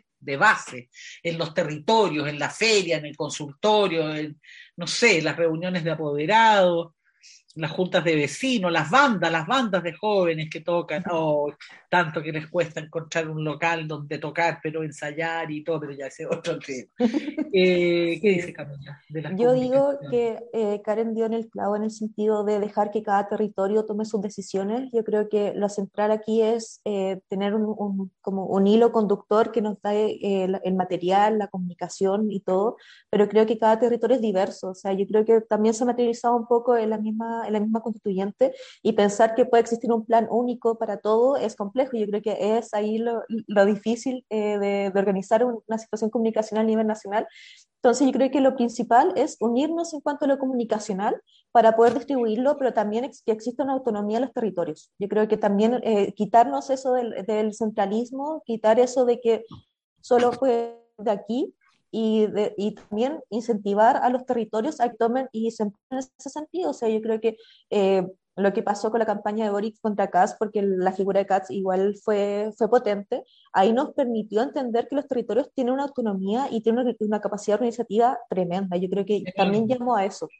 de base, en los territorios, en la feria, en el consultorio, en, no sé, las reuniones de apoderados, las juntas de vecinos, las bandas de jóvenes que tocan, tanto que les cuesta encontrar un local donde tocar, pero ensayar y todo, pero ya ese es otro tema. ¿Qué dice Camila de las Yo digo comunicaciones? que Karen dio en el clavo en el sentido de dejar que cada territorio tome sus decisiones. Yo creo que lo central aquí es tener como un hilo conductor que nos da el material, la comunicación y todo, pero creo que cada territorio es diverso. O sea, yo creo que también se ha materializado un poco en la misma constituyente, y pensar que puede existir un plan único para todo es complejo. Yo creo que es ahí lo difícil de organizar una situación comunicacional a nivel nacional. Entonces yo creo que lo principal es unirnos en cuanto a lo comunicacional para poder distribuirlo, pero también que exista una autonomía en los territorios. Yo creo que también quitarnos eso del centralismo, quitar eso de que solo fue de aquí, y también incentivar a los territorios a que tomen y se empleen en ese sentido. O sea, yo creo que lo que pasó con la campaña de Boric contra Kast, porque la figura de Kast igual fue potente, ahí nos permitió entender que los territorios tienen una autonomía y tienen una capacidad organizativa tremenda. Yo creo que también llamó a eso.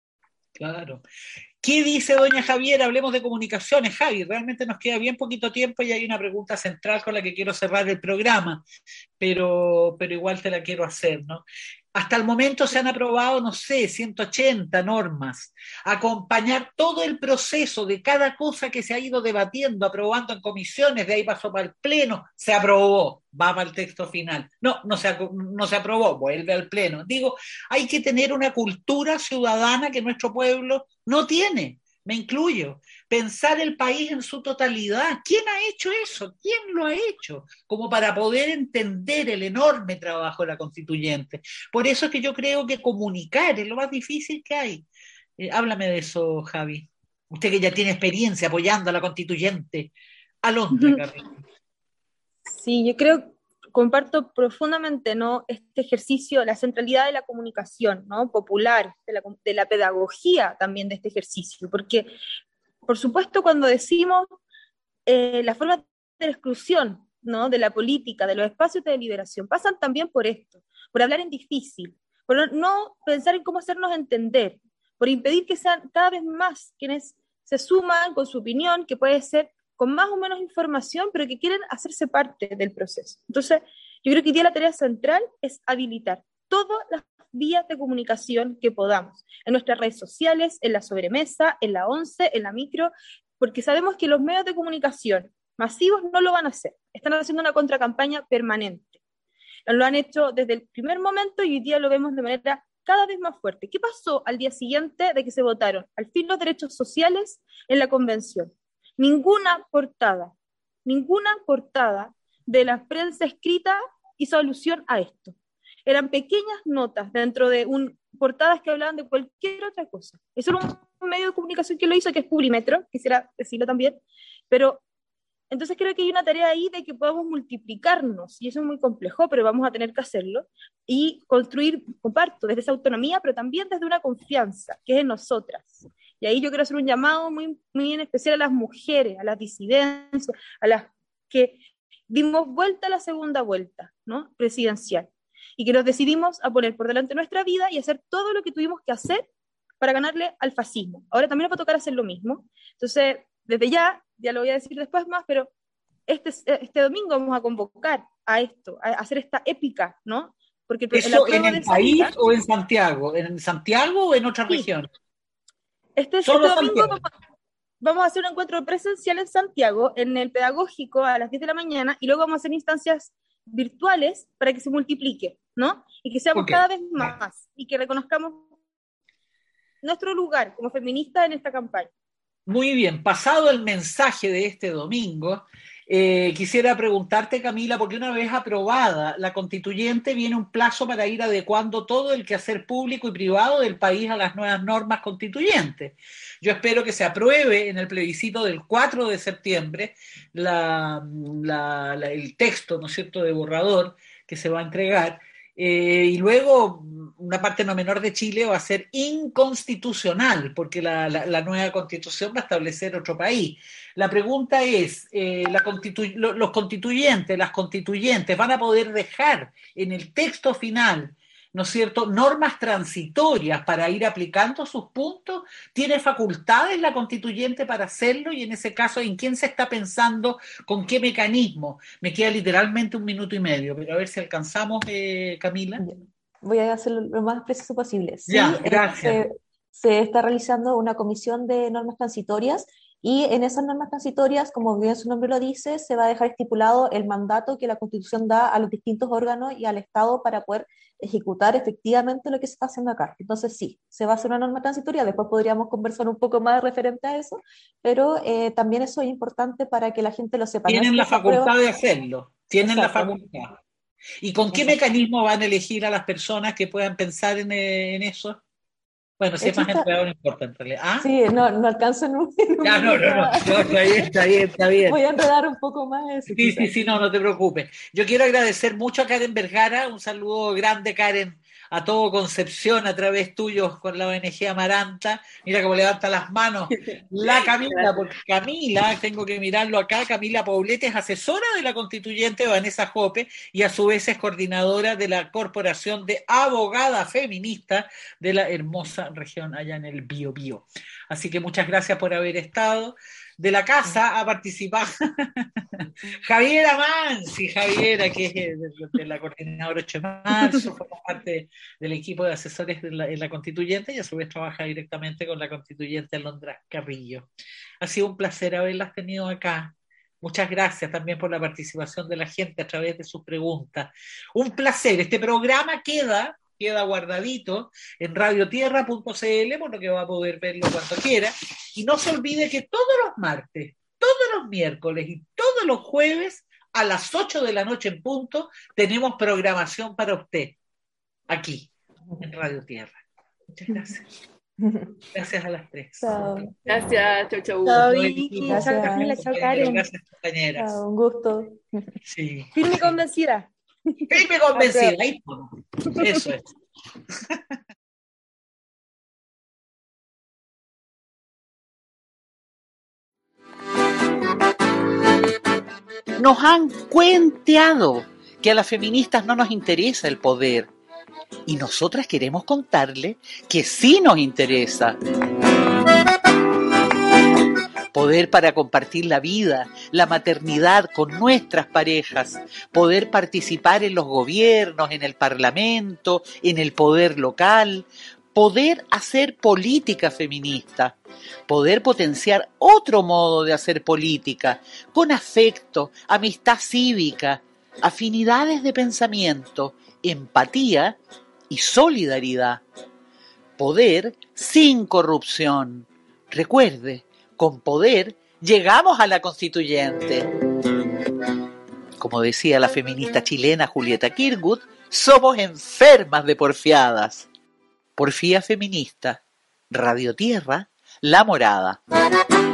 Claro. ¿Qué dice doña Javiera? Hablemos de comunicaciones, Javi. Realmente nos queda bien poquito tiempo y hay una pregunta central con la que quiero cerrar el programa, pero igual te la quiero hacer, ¿no? Hasta el momento se han aprobado, no sé, 180 normas. Acompañar todo el proceso de cada cosa que se ha ido debatiendo, aprobando en comisiones, de ahí pasó para el pleno, se aprobó, va para el texto final. No se aprobó, vuelve al pleno. Digo, hay que tener una cultura ciudadana que nuestro pueblo no tiene, me incluyo. Pensar el país en su totalidad. ¿Quién ha hecho eso? ¿Quién lo ha hecho? Como para poder entender el enorme trabajo de la constituyente. Por eso es que yo creo que comunicar es lo más difícil que hay. Háblame de eso, Javi. Usted que ya tiene experiencia apoyando a la constituyente. Alondra, Carrillo. Sí, yo creo, comparto profundamente, ¿no?, este ejercicio, la centralidad de la comunicación, ¿no?, popular, de la pedagogía también de este ejercicio, porque, por supuesto, cuando decimos las formas de la exclusión, ¿no?, de la política, de los espacios de deliberación, pasan también por esto, por hablar en difícil, por no pensar en cómo hacernos entender, por impedir que sean cada vez más quienes se suman con su opinión, que puede ser con más o menos información, pero que quieren hacerse parte del proceso. Entonces, yo creo que hoy día la tarea central es habilitar todas las vías de comunicación que podamos, en nuestras redes sociales, en la sobremesa, en la 11, en la micro, porque sabemos que los medios de comunicación masivos no lo van a hacer, están haciendo una contracampaña permanente. Lo han hecho desde el primer momento y hoy día lo vemos de manera cada vez más fuerte. ¿Qué pasó al día siguiente de que se votaron al fin los derechos sociales en la convención? Ninguna portada de la prensa escrita hizo alusión a esto. Eran pequeñas notas dentro de portadas que hablaban de cualquier otra cosa. Eso era un medio de comunicación que lo hizo, que es Publimetro, quisiera decirlo también, pero entonces creo que hay una tarea ahí de que podamos multiplicarnos, y eso es muy complejo, pero vamos a tener que hacerlo, y construir, comparto, desde esa autonomía, pero también desde una confianza, que es en nosotras. Y ahí yo quiero hacer un llamado muy, muy en especial a las mujeres, a las disidencias, a las que dimos vuelta a la segunda vuelta, ¿no?, presidencial, y que nos decidimos a poner por delante nuestra vida y hacer todo lo que tuvimos que hacer para ganarle al fascismo. Ahora también nos va a tocar hacer lo mismo. Entonces, desde ya lo voy a decir después más, pero este domingo vamos a convocar a esto, a hacer esta épica, ¿no? Porque ¿Eso en el país o en Santiago? ¿En Santiago o en otra región? Este domingo vamos a hacer un encuentro presencial en Santiago, en el pedagógico a las 10 de la mañana, y luego vamos a hacer instancias virtuales para que se multiplique, ¿no? Y que seamos cada vez más, y que reconozcamos nuestro lugar como feministas en esta campaña. Muy bien, pasado el mensaje de este domingo, quisiera preguntarte, Camila, porque una vez aprobada la constituyente viene un plazo para ir adecuando todo el quehacer público y privado del país a las nuevas normas constituyentes. Yo espero que se apruebe en el plebiscito del 4 de septiembre el texto, ¿no es cierto?, de borrador que se va a entregar, y luego una parte no menor de Chile va a ser inconstitucional, porque la nueva constitución va a establecer otro país. La pregunta es, los constituyentes, las constituyentes van a poder dejar en el texto final, ¿no es cierto?, normas transitorias para ir aplicando sus puntos. ¿Tiene facultades la constituyente para hacerlo? Y en ese caso, ¿en quién se está pensando? ¿Con qué mecanismo? Me queda literalmente 1 minuto y medio, pero a ver si alcanzamos, Camila. Voy a hacerlo lo más preciso posible. Sí, ya, gracias. Se está realizando una comisión de normas transitorias y en esas normas transitorias, como bien su nombre lo dice, se va a dejar estipulado el mandato que la Constitución da a los distintos órganos y al Estado para poder ejecutar efectivamente lo que se está haciendo acá. Entonces sí, se va a hacer una norma transitoria, después podríamos conversar un poco más referente a eso, pero también eso es importante para que la gente lo sepa. Tienen no la facultad de hacerlo, tienen Exacto. La facultad. ¿Y con qué mecanismo van a elegir a las personas que puedan pensar en eso? Bueno, si es más empleado no importa en realidad. ¿Ah? Sí, no alcanzo en un ya, no, está bien. Voy a enredar un poco más eso. Sí, no te preocupes. Yo quiero agradecer mucho a Karen Vergara, un saludo grande, Karen, a todo Concepción a través tuyo con la ONG Amaranta. Mira cómo levanta las manos la Camila, porque Camila, tengo que mirarlo acá, Camila Poblete es asesora de la constituyente Vanessa Jope y a su vez es coordinadora de la Corporación de Abogadas Feministas de la hermosa región allá en el Biobío. Así que muchas gracias por haber estado. De la casa ha participado Javiera Mansi, Javiera, que es de la coordinadora 8 de marzo, forma parte del equipo de asesores en la constituyente y a su vez trabaja directamente con la constituyente Alondra Carrillo. Ha sido un placer haberlas tenido acá. Muchas gracias también por la participación de la gente a través de sus preguntas. Un placer. Este programa queda guardadito en radiotierra.cl, por lo que va a poder verlo cuando quiera. Y no se olvide que todos los martes, todos los miércoles y todos los jueves a las 8 de la noche en punto tenemos programación para usted aquí en Radio Tierra. Muchas gracias. Gracias a las 3. Chao. Gracias, chau. Chao, Vicky. Gracias. Chao, Karen. Gracias, compañeras. Chao, un gusto. Sí. Firme y convencida. Firme convencida. Eso es. Nos han cuenteado que a las feministas no nos interesa el poder y nosotras queremos contarle que sí nos interesa. Poder para compartir la vida, la maternidad con nuestras parejas, poder participar en los gobiernos, en el parlamento, en el poder local, poder hacer política feminista, poder potenciar otro modo de hacer política, con afecto, amistad cívica, afinidades de pensamiento, empatía y solidaridad. Poder sin corrupción. Recuerde, con poder llegamos a la constituyente. Como decía la feminista chilena Julieta Kirkwood, somos enfermas de porfiadas. Porfía feminista, Radio Tierra, La Morada.